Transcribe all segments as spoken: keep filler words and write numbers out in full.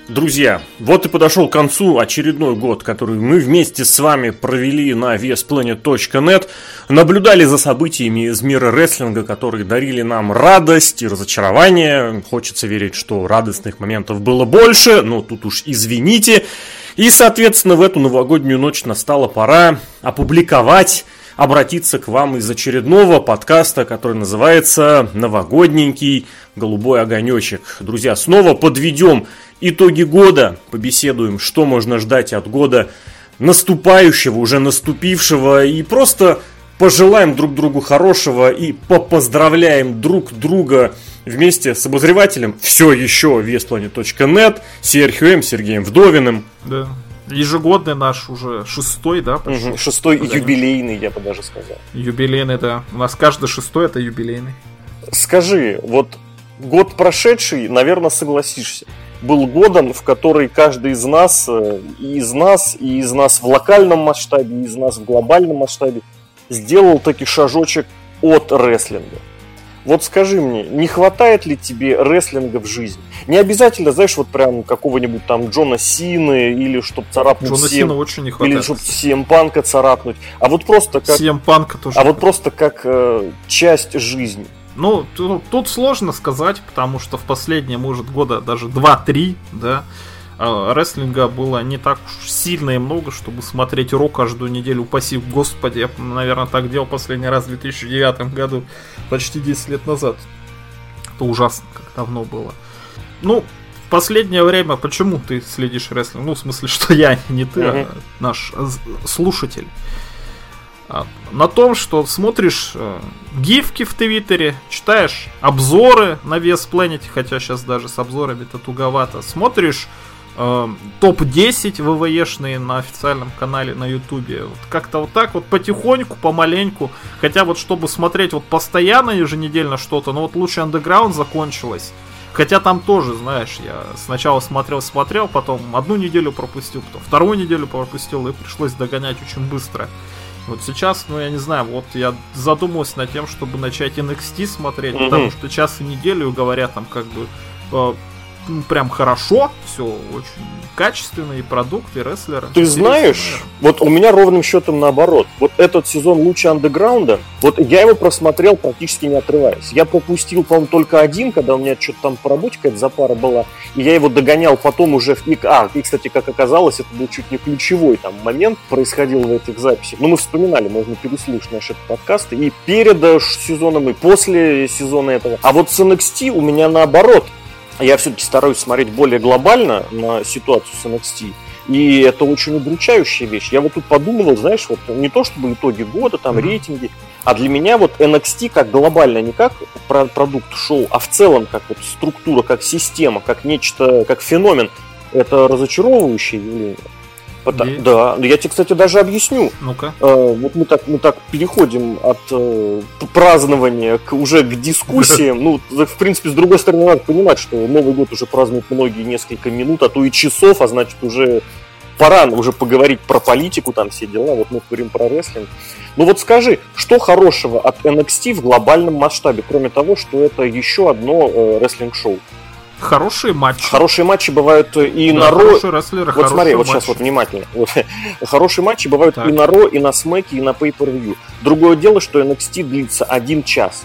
Друзья, вот и подошел к концу очередной год, который мы вместе с вами провели на вес планет точка нет, наблюдали за событиями из мира рестлинга, которые дарили нам радость и разочарование. Хочется верить, что радостных моментов было больше, но тут уж извините. И, соответственно, в эту новогоднюю ночь настала пора опубликовать, обратиться к вам из очередного подкаста, который называется «Новогодненький голубой огонечек». Друзья, снова подведем итоги года, побеседуем, что можно ждать от года наступающего, уже наступившего, и просто пожелаем друг другу хорошего и попоздравляем друг друга вместе с обозревателем все еще вес планет точка нет, Серхием, Сергеем Вдовиным. Да. Ежегодный наш уже шестой, да? Угу. Шестой Погоним. Юбилейный, я бы даже сказал. Юбилейный, да. У нас каждый шестой это юбилейный. Скажи, вот год прошедший, наверное, согласишься, был годом, в который каждый из нас, и из нас, и из нас в локальном масштабе, и из нас в глобальном масштабе сделал таки шажочек от рестлинга. Вот скажи мне, не хватает ли тебе рестлинга в жизни? Не обязательно, знаешь, вот прям какого-нибудь там Джона Сины, или чтоб царапнуть Джона Сим, Сина очень не хватает. или чтоб си эм Панка царапнуть, а вот просто как, си эм Панка тоже а вот просто как э, часть жизни. Ну, тут, тут сложно сказать, потому что в последние, может, года даже два-три, да, рестлинга было не так уж сильно и много, чтобы смотреть Ро каждую неделю, упаси господи. Я, наверное, так делал последний раз в две тысячи девятом году, почти десять лет назад. Это ужасно, как давно было. Ну, в последнее время, почему ты следишь рестлинг? Ну, в смысле, что я, не ты, uh-huh. а наш слушатель. На том, что смотришь э, гифки в Твиттере, читаешь обзоры на вес Planet, хотя сейчас даже с обзорами-то туговато, смотришь э, топ десять ВВЕшные на официальном канале на Ютубе. Вот как-то вот так вот потихоньку, помаленьку, хотя вот чтобы смотреть вот постоянно еженедельно что-то, ну вот лучше Underground закончилось. Хотя там тоже, знаешь, я сначала смотрел-смотрел, потом одну неделю пропустил, потом вторую неделю пропустил, и пришлось догонять очень быстро. Вот сейчас, ну я не знаю, вот я задумался над тем, чтобы начать эн экс ти смотреть, mm-hmm. потому что час и неделю говорят там как бы э, ну, прям хорошо, все очень качественные продукты, рестлеры. Ты знаешь, вот у меня ровным счетом наоборот. Вот этот сезон лучше андеграунда, вот я его просмотрел практически не отрываясь. Я пропустил, по-моему, только один, когда у меня что-то там по работе какая-то запара была, и я его догонял потом уже в ик. А, и, кстати, как оказалось, это был чуть не ключевой там момент, происходил в этих записях. Ну, мы вспоминали, можно переслушать наши подкасты и перед сезоном, и после сезона этого. А вот с эн экс ти у меня наоборот. Я все-таки стараюсь смотреть более глобально на ситуацию с эн экс ти. И это очень удручающая вещь. Я вот тут подумывал, знаешь, вот не то чтобы итоги года, там, mm-hmm. рейтинги, а для меня вот эн экс ти как глобально, не как продукт шоу, а в целом как вот структура, как система, как нечто, как феномен, это разочаровывающее явление. Потому, да, я тебе, кстати, даже объясню. Ну-ка. Э, вот мы так, мы так переходим от э, празднования к, уже к дискуссиям. Ну, в принципе, с другой стороны, надо понимать, что Новый год уже празднуют многие несколько минут, а то и часов, а значит, уже пора уже поговорить про политику, там все дела. Вот мы говорим про рестлинг. Ну вот скажи, что хорошего от эн экс ти в глобальном масштабе, кроме того, что это еще одно э, рестлинг-шоу? Хорошие матчи. Хорошие матчи бывают и да, на Ро. Хорошие рестлеры, вот смотри, вот матчи. сейчас вот внимательно. Вот. Хорошие матчи бывают так. и на Ро, и на Смеке, и на Pay-Per-View. Другое дело, что эн экс ти длится один час.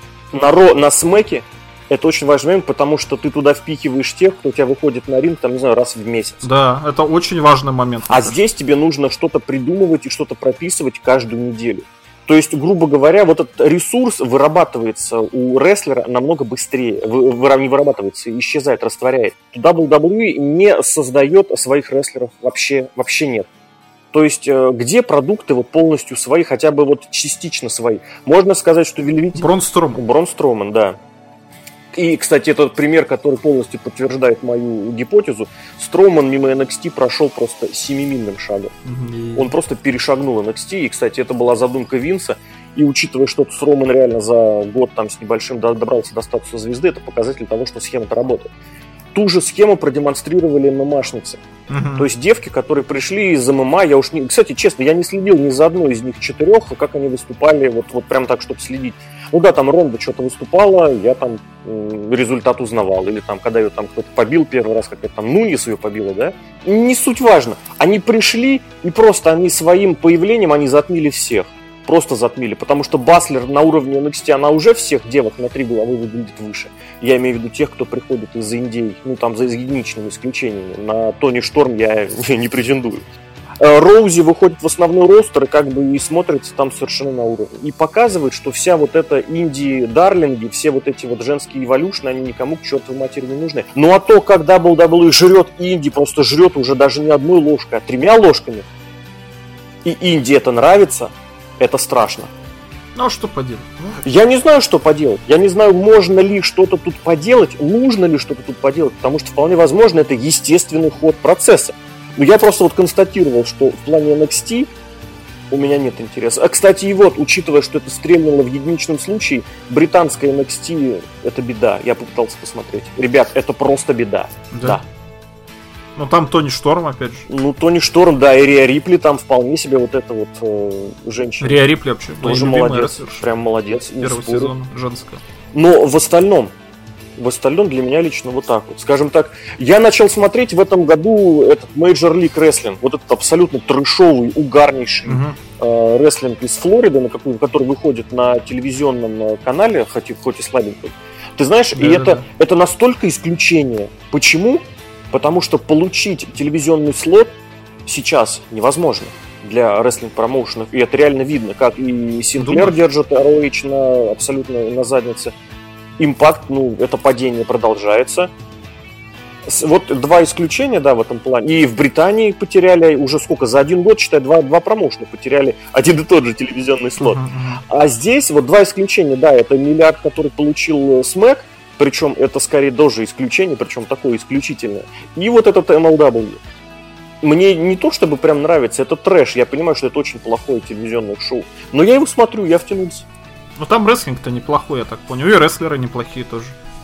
На Ро, на Смеке это очень важный момент, потому что ты туда впихиваешь тех, кто у тебя выходит на ринг, там, не знаю, раз в месяц. Да, это очень важный момент. А здесь тебе нужно что-то придумывать и что-то прописывать каждую неделю. То есть, грубо говоря, вот этот ресурс вырабатывается у рестлера намного быстрее. Вы, не вырабатывается, исчезает, растворяет. дабл ю дабл ю и не создает своих рестлеров вообще, вообще нет. То есть, где продукты вот полностью свои, хотя бы вот частично свои. Можно сказать, что великий... Брон Строман. Брон Строман, да. И, кстати, это пример, который полностью подтверждает мою гипотезу. Строуман мимо эн экс ти прошел просто семимильным шагом. Mm-hmm. Он просто перешагнул эн экс ти. И, кстати, это была задумка Винса. И учитывая, что Строуман реально за год там с небольшим добрался до статуса звезды, это показатель того, что схема-то работает. Ту же схему продемонстрировали эм эм ашницы. Uh-huh. То есть девки, которые пришли из эм эм а, я уж не... Кстати, честно, я не следил ни за одной из них четырех, как они выступали, вот, вот прям так, чтобы следить. Ну да, там Ронда что-то выступала, я там м, результат узнавал. Или там, когда ее там кто-то побил первый раз, как это там Нунис ее побила, да? Не суть важно. Они пришли, и просто они своим появлением, они затмили всех. Просто затмили, потому что Баслер на уровне эн экс ти, она уже всех девок на три головы выглядит выше. Я имею в виду тех, кто приходит из Индии, ну там за единичными исключениями. На Тони Шторм я не претендую. Роузи выходит в основной ростер и как бы и смотрится там совершенно на уровне. И показывает, что вся вот эта инди-дарлинги, все вот эти вот женские эволюшны, они никому к чертовой матери не нужны. Ну а то, как дабл ю дабл ю и жрет инди, просто жрет уже даже не одной ложкой, а тремя ложками, и инди это нравится, это страшно. Ну а что поделать? Я не знаю, что поделать. Я не знаю, можно ли что-то тут поделать, нужно ли что-то тут поделать, потому что вполне возможно это естественный ход процесса. Но я просто вот констатировал, что в плане эн экс ти у меня нет интереса. А, кстати, и вот, учитывая, что это стрельнуло в единичном случае, британская эн экс ти это беда. Я попытался посмотреть. Ребят, это просто беда. Да. да. Ну там Тони Шторм, опять же. Ну, Тони Шторм, да, и Риа Рипли там вполне себе вот эта вот э, женщина. Риа Рипли вообще тоже молодец. Прям молодец. Первый сезон женская. Но в остальном, в остальном для меня лично вот так вот. Скажем так, я начал смотреть в этом году этот Major League Wrestling. Вот этот абсолютно трэшовый, угарнейший uh-huh. э, рестлинг из Флориды, на какой, который выходит на телевизионном канале, хоть, хоть и слабенький. Ты знаешь, да, и да, это, да. это настолько исключение. Почему? Потому что получить телевизионный слот сейчас невозможно для рестлинг-промоушенов. И это реально видно, как и Синклер держит ар о эйч на, абсолютно на заднице. Импакт, ну, это падение продолжается. Вот два исключения, да, в этом плане. И в Британии потеряли уже сколько? За один год, считай, два, два промоушена потеряли один и тот же телевизионный слот. Uh-huh. А здесь вот два исключения, да, это миллиард, который получил Смэк, причем это скорее тоже исключение, причем такое исключительное. И вот этот эм эл дабл ю. Мне не то чтобы прям нравится, это трэш. Я понимаю, что это очень плохое телевизионное шоу. Но я его смотрю, я втянулся. Ну там рестлинг-то неплохой, я так понял. И рестлеры неплохие тоже.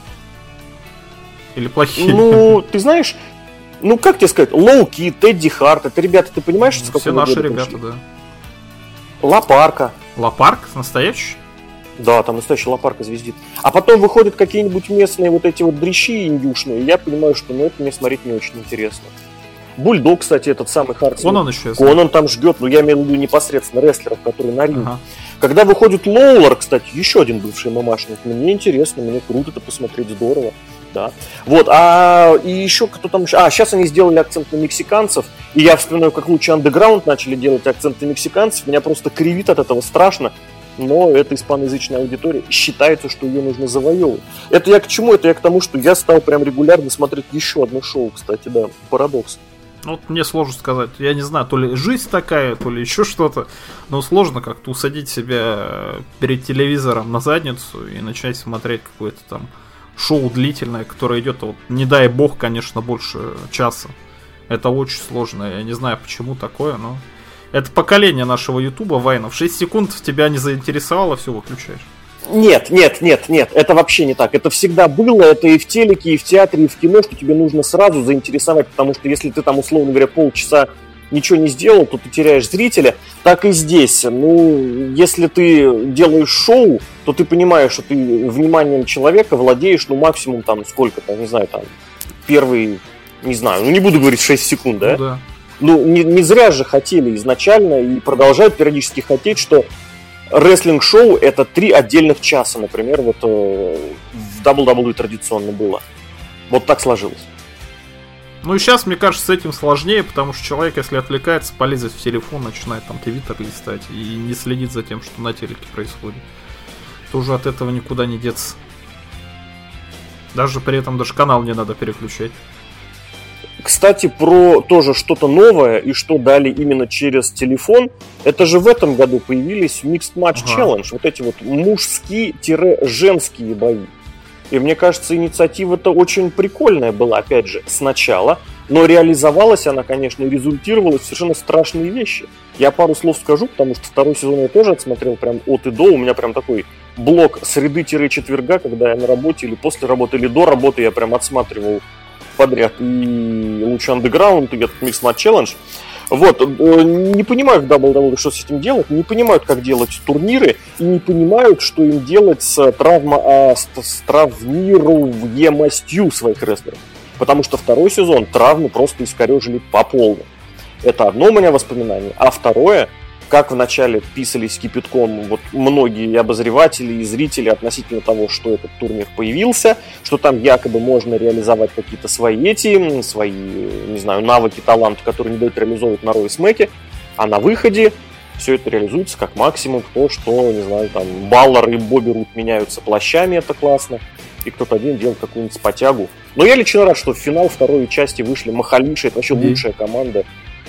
Или плохие? Ну, ты знаешь, ну как тебе сказать, Лоу-Ки, Тедди Харт, это ребята, ты понимаешь, ну, с какого все наши года ребята, пришли? Да. Лапарка. Лапарк? Настоящий? Да, там настоящий Лапарка звездит. А потом выходят какие-нибудь местные вот эти вот дрищи индюшные, и я понимаю, что ну, это мне смотреть не очень интересно. Бульдог, кстати, этот самый Харт. Конан еще. Конан там ждет, но я имею в виду непосредственно рестлеров, которые на ринге. Ага. Когда выходит Лоулер, кстати, еще один бывший ММАшник, мне интересно, мне круто это посмотреть, здорово. Да. Вот, а и еще кто там еще. А, сейчас они сделали акцент на мексиканцев. И я вспоминаю, как лучше андеграунд начали делать акцент на мексиканцев. Меня просто кривит от этого страшно. Но это испаноязычная аудитория. Считается, что ее нужно завоевывать. Это я к чему? Это я к тому, что я стал прям регулярно смотреть еще одно шоу, кстати, да. Парадокс. Ну, вот мне сложно сказать. Я не знаю, то ли жизнь такая, то ли еще что-то. Но сложно как-то усадить себя перед телевизором на задницу и начать смотреть какое-то там шоу длительное, которое идет, вот, не дай бог, конечно, больше часа. Это очень сложно. Я не знаю, почему такое, но... Это поколение нашего Ютуба, Вайнов. шесть секунд тебя не заинтересовало, все, выключаешь. Нет, нет, нет, нет, это вообще не так. Это всегда было, это и в телеке, и в театре, и в кино, что тебе нужно сразу заинтересовать, потому что если ты там, условно говоря, полчаса ничего не сделал, то ты теряешь зрителя. Так и здесь. Ну, если ты делаешь шоу, то ты понимаешь, что ты вниманием человека владеешь, ну, максимум там сколько-то, не знаю, там, первый, не знаю, ну, не буду говорить шесть секунд, да? Ну, да. Ну, не, не зря же хотели изначально и продолжают периодически хотеть, что рестлинг-шоу это три отдельных часа, например, вот э, в дабл ю дабл ю и традиционно было. Вот так сложилось. Ну и сейчас, мне кажется, с этим сложнее, потому что человек, если отвлекается, полезет в телефон, начинает там твиттер листать и не следит за тем, что на телеке происходит. Тоже от этого никуда не деться. Даже при этом даже канал не надо переключать. Кстати, про тоже что-то новое и что дали именно через телефон. Это же в этом году появились Mixed Match ага. Challenge. Вот эти вот мужские-женские бои. И мне кажется, инициатива-то очень прикольная была, опять же, сначала. Но реализовалась она, конечно, и результировала в совершенно страшные вещи. Я пару слов скажу, потому что второй сезон я тоже отсмотрел прям от и до. У меня прям такой блок среды-четверга, когда я на работе или после работы, или до работы, я прям отсматривал подряд и лучше андеграунд, и этот Mixed Match Challenge. Вот, не понимают в дабл ю дабл ю и, что с этим делать, не понимают, как делать турниры, и не понимают, что им делать с, травма, а, с, с травмируемостью своих рестлеров. Потому что второй сезон травмы просто искорежили по полной. Это одно у меня воспоминание. А второе, как вначале писались кипятком вот многие обозреватели и зрители относительно того, что этот турнир появился, что там якобы можно реализовать какие-то свои эти, свои, не знаю, навыки, таланты, которые не дают реализовывать на Ро и Смеке, а на выходе все это реализуется как максимум то, что, не знаю, там, Баллар и Бобби Рут меняются плащами, это классно, и кто-то один делает какую-нибудь спотягу. Но я лично рад, что в финал второй части вышли Махалиши, это вообще лучшая команда,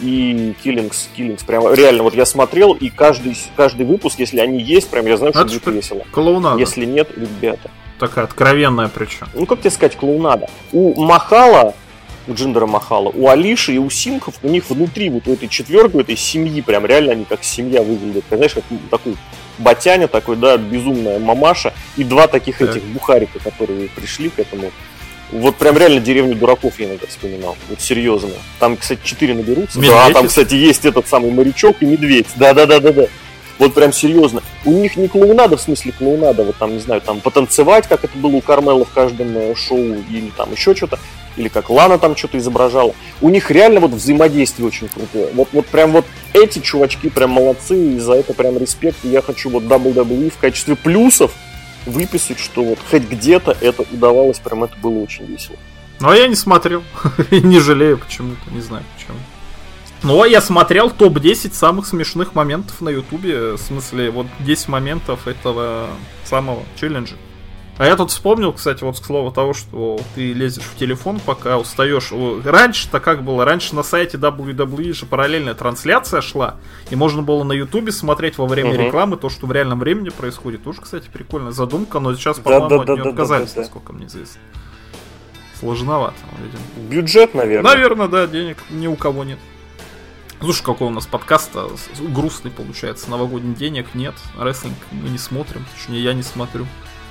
и Киллингс, Киллингс, прям реально, вот я смотрел, и каждый, каждый выпуск, если они есть, прям я знаю, что будет весело. Клоунада. Если нет, ребята. Такая откровенная причем. Ну, как тебе сказать, клоунада. У Махала, у Джиндера Махала, у Алиши и у Симхов, у них внутри вот у этой четверки, у этой семьи, прям реально они как семья выглядят. Знаешь, как такой батяня такой, да, безумная мамаша, и два таких так. этих бухарика, которые пришли к этому. Вот прям реально деревню дураков я иногда вспоминал. Вот серьезно. Там, кстати, четыре наберутся. Медведь. Да, там, кстати, есть этот самый морячок и медведь. Да-да-да-да-да. Вот прям серьезно. У них не клоунада, в смысле клоунада, вот там, не знаю, там потанцевать, как это было у Кармела в каждом шоу, или там еще что-то, или как Лана там что-то изображала. У них реально вот взаимодействие очень крутое. Вот, вот прям вот эти чувачки прям молодцы, и за это прям респект. И я хочу вот дабл ю дабл ю и в качестве плюсов выписать, что вот хоть где-то это удавалось, прям это было очень весело. Ну, а я не смотрел, и не жалею почему-то, не знаю почему. Ну, а я смотрел топ десять самых смешных моментов на Ютубе, в смысле, вот десять моментов этого самого челленджа. А я тут вспомнил, кстати, вот к слову того, что ты лезешь в телефон, пока устаешь. Раньше-то как было? Раньше на сайте дабл ю дабл ю и же параллельная трансляция шла, и можно было на Ютубе смотреть во время uh-huh. рекламы то, что в реальном времени происходит. Тоже, кстати, прикольная задумка, но сейчас, по-моему, да, да, от нее да, отказались, да, да, насколько мне известно. Сложновато, видимо. Бюджет, наверное. Наверное, да, денег ни у кого нет. Слушай, какой у нас подкаст грустный получается. Новогодних денег нет, рестлинг мы не смотрим, точнее, я не смотрю.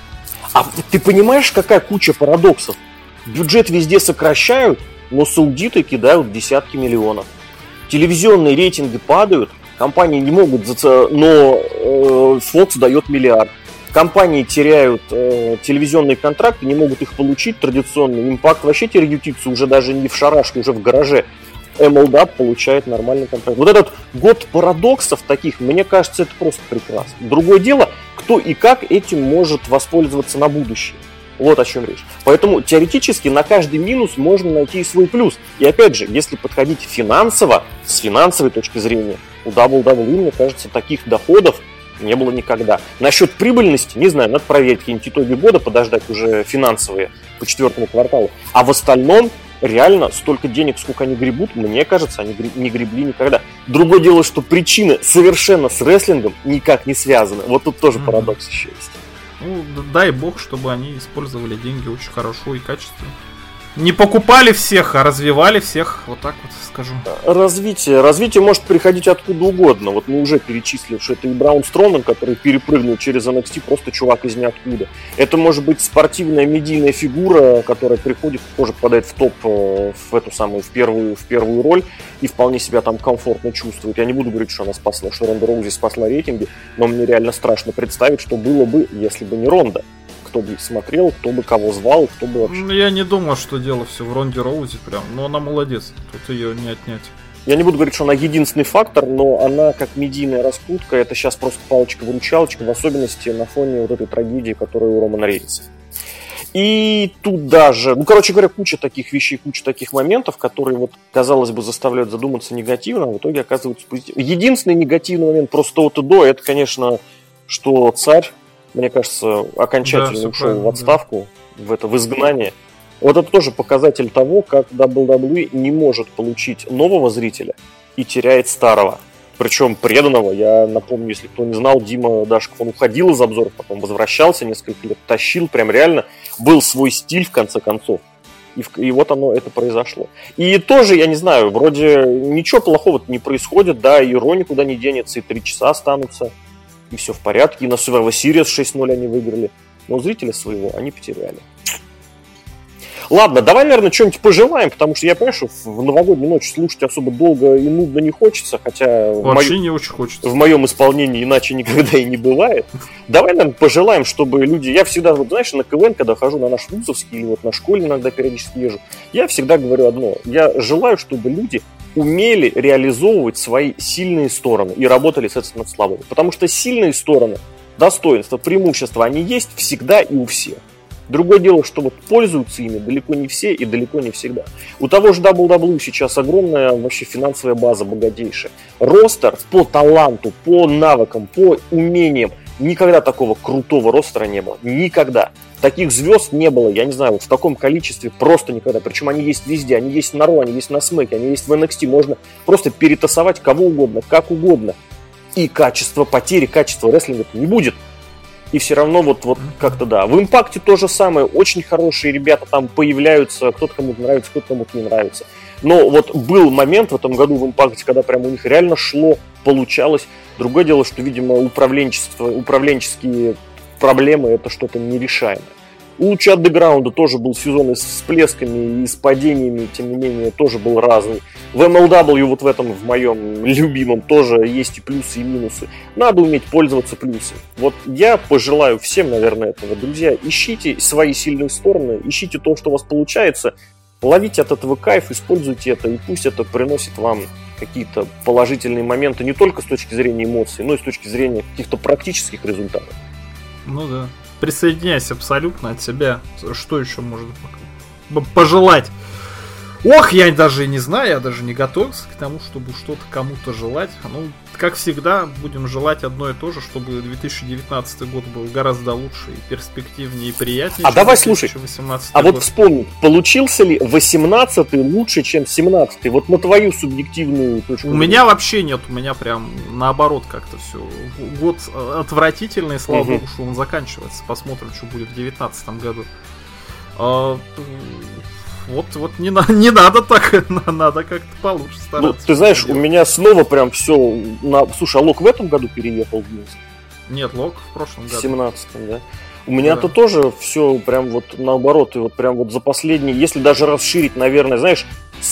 А ты понимаешь, какая куча парадоксов? Бюджет везде сокращают, но саудиты кидают десятки миллионов. Телевизионные рейтинги падают, компании не могут, заца... но э, Fox дает миллиард. Компании теряют э, телевизионные контракты, не могут их получить традиционные. Импакт вообще теперь ютится уже даже не в шарашке, уже в гараже. эм эл даб получает нормальный контракт. Вот этот год парадоксов таких, мне кажется, это просто прекрасно. Другое дело, кто и как этим может воспользоваться на будущее. Вот о чем речь. Поэтому теоретически на каждый минус можно найти свой плюс. И опять же, если подходить финансово, с финансовой точки зрения, у дабл ю дабл ю и, мне кажется, таких доходов не было никогда. Насчет прибыльности, не знаю, надо проверить какие-нибудь итоги года, подождать уже финансовые по четвертому кварталу. А в остальном реально столько денег, сколько они гребут, мне кажется, они не гребли никогда. Другое дело, что причины совершенно с рестлингом никак не связаны. Вот тут тоже mm-hmm. парадокс еще есть. Ну, дай бог, чтобы они использовали деньги очень хорошо и качественно. Не покупали всех, а развивали всех, вот так вот скажу. Развитие. Развитие может приходить откуда угодно. Вот мы уже перечислили, что это и Браун Строман, который перепрыгнул через эн экс ти, просто чувак из ниоткуда. Это может быть спортивная медийная фигура, которая приходит, тоже попадает в топ, в эту самую, в первую, в первую роль и вполне себя там комфортно чувствует. Я не буду говорить, что она спасла, что Ронда Роузи спасла рейтинги, но мне реально страшно представить, что было бы, если бы не Ронда. Кто бы смотрел, кто бы кого звал, кто бы вообще... Я не думаю, что дело все в Ронде Роузи прям, но она молодец, тут ее не отнять. Я не буду говорить, что она единственный фактор, но она как медийная раскрутка, это сейчас просто палочка-выручалочка, в особенности на фоне вот этой трагедии, которая у Романа Рейнса. И тут даже, ну, короче говоря, куча таких вещей, куча таких моментов, которые, вот, казалось бы, заставляют задуматься негативно, а в итоге оказываются позитивными. Единственный негативный момент просто от и до, это, конечно, что царь, мне кажется, окончательно да, ушел в отставку, да. в это, в изгнание. Вот это тоже показатель того, как дабл ю дабл ю и не может получить нового зрителя и теряет старого. Причем преданного. Я напомню, если кто не знал, Дима Дашков, он уходил из обзоров, потом возвращался, несколько лет тащил, прям реально был свой стиль в конце концов. И, в, и вот оно, это произошло. И тоже, я не знаю, вроде ничего плохого не происходит, да, и Ро никуда не денется, и три часа останутся. И все в порядке. И на Survivor Series шесть ноль они выиграли. Но зрителя своего они потеряли. Ладно, давай, наверное, что-нибудь пожелаем, потому что я понимаю, что в новогоднюю ночь слушать особо долго и нудно не хочется, хотя... Вообще мою... не очень хочется. В моем исполнении иначе никогда и не бывает. Давай, наверное, пожелаем, чтобы люди... Я всегда, вот знаешь, на КВН, когда хожу на наш вузовский или вот на школе иногда периодически езжу, я всегда говорю одно. Я желаю, чтобы люди умели реализовывать свои сильные стороны и работали с этим над слабыми. Потому что сильные стороны, достоинства, преимущества, они есть всегда и у всех. Другое дело, что вот пользуются ими далеко не все и далеко не всегда. У того же дабл ю дабл ю и сейчас огромная вообще финансовая база, богатейшая. Ростер по таланту, по навыкам, по умениям. Никогда такого крутого ростера не было. Никогда. Таких звезд не было, я не знаю, вот в таком количестве просто никогда. Причем они есть везде. Они есть на Ро, они есть на Смэке, они есть в эн экс ти. Можно просто перетасовать кого угодно, как угодно. И качество потери, качества рестлинга не будет. И все равно вот, вот как-то да. В Импакте то же самое. Очень хорошие ребята там появляются. Кто-то кому-то нравится, кто-то кому-то не нравится. Но вот был момент в этом году в Импакте, когда прям у них реально шло, получалось. Другое дело, что, видимо, управленчество, управленческие проблемы это что-то нерешаемое. У Луча Андеграунда тоже был сезон и с всплесками, и с падениями, тем не менее, тоже был разный. В эм эл дабл ю, вот в этом, в моем любимом, тоже есть и плюсы, и минусы. Надо уметь пользоваться плюсами. Вот я пожелаю всем, наверное, этого, друзья. Ищите свои сильные стороны, ищите то, что у вас получается, ловите от этого кайф, используйте это, и пусть это приносит вам какие-то положительные моменты не только с точки зрения эмоций, но и с точки зрения каких-то практических результатов. Ну да. Присоединяйся абсолютно от себя. Что еще можно пожелать? Ох, я даже не знаю, я даже не готовился к тому, чтобы что-то кому-то желать. Ну, как всегда, будем желать одно и то же, чтобы две тысячи девятнадцатый год был гораздо лучше и перспективнее, и приятнее. А давай, слушай, а год. Вот вспомни, получился ли восемнадцатый лучше, чем семнадцатый? Вот на твою субъективную точку. У меня вообще нет, у меня прям наоборот как-то все. Год отвратительный, слава угу. богу, что он заканчивается. Посмотрим, что будет в девятнадцатом году. А, вот, вот не, на, не надо так, надо как-то получше стараться. Ну, ты знаешь, у меня снова прям все. На... Слушай, а Лок в этом году переехал в Минск? Нет, Лок в прошлом году. В семнадцатом, да. У меня-то да. тоже все прям вот наоборот, и вот прям вот за последние, если даже расширить, наверное, знаешь,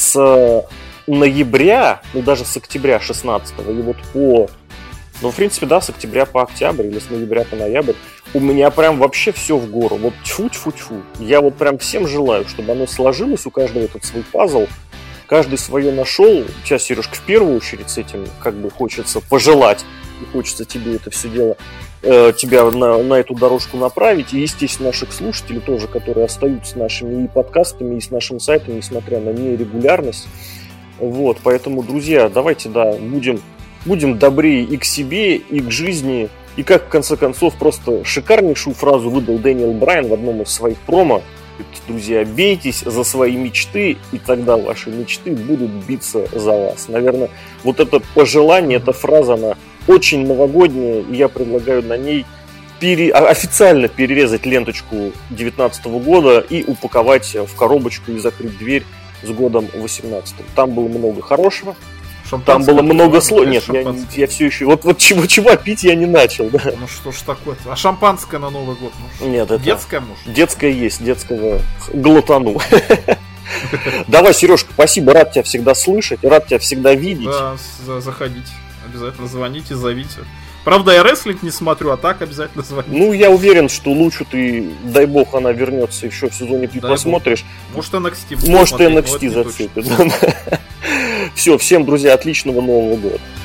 с ноября, ну даже с октября шестнадцатого, и вот по, ну в принципе, да, с октября по октябрь или с ноября по ноябрь, у меня прям вообще все в гору. Вот тьфу-тьфу-тьфу. Я вот прям всем желаю, чтобы оно сложилось, у каждого этот свой пазл, каждый свое нашел. Сейчас, Сережка, в первую очередь с этим как бы хочется пожелать, и хочется тебе это все дело, э, тебя на, на эту дорожку направить. И, естественно, наших слушателей тоже, которые остаются с нашими и подкастами, и с нашим сайтом, несмотря на нерегулярность. Вот, поэтому, друзья, давайте, да, будем, будем добрее и к себе, и к жизни. И как, в конце концов, просто шикарнейшую фразу выдал Дэниел Брайан в одном из своих промо. Друзья, бейтесь за свои мечты, и тогда ваши мечты будут биться за вас. Наверное, вот это пожелание, эта фраза, она очень новогодняя, и я предлагаю на ней пере... официально перерезать ленточку девятнадцатого года и упаковать в коробочку и закрыть дверь с годом восемнадцатым. Там было много хорошего. Там было много слов. Нет, я, я все еще. Вот, вот чего, чего пить я не начал, да. Ну что ж такое-то? А шампанское на Новый год? Ну, Нет, это. Детское, может? Детское есть, детского глотану. Давай, Сережка, спасибо, рад тебя всегда слышать, рад тебя всегда видеть. Да, заходите. Обязательно звоните, зовите. Правда, я рестлинг не смотрю, а так обязательно звоните. Ну, я уверен, что лучше ты, дай бог, она вернется еще в сезоне, ты дай посмотришь. Бог. Может, эн экс ти. Может, эн экс ти зацепит. Все, всем, друзья, отличного Нового года.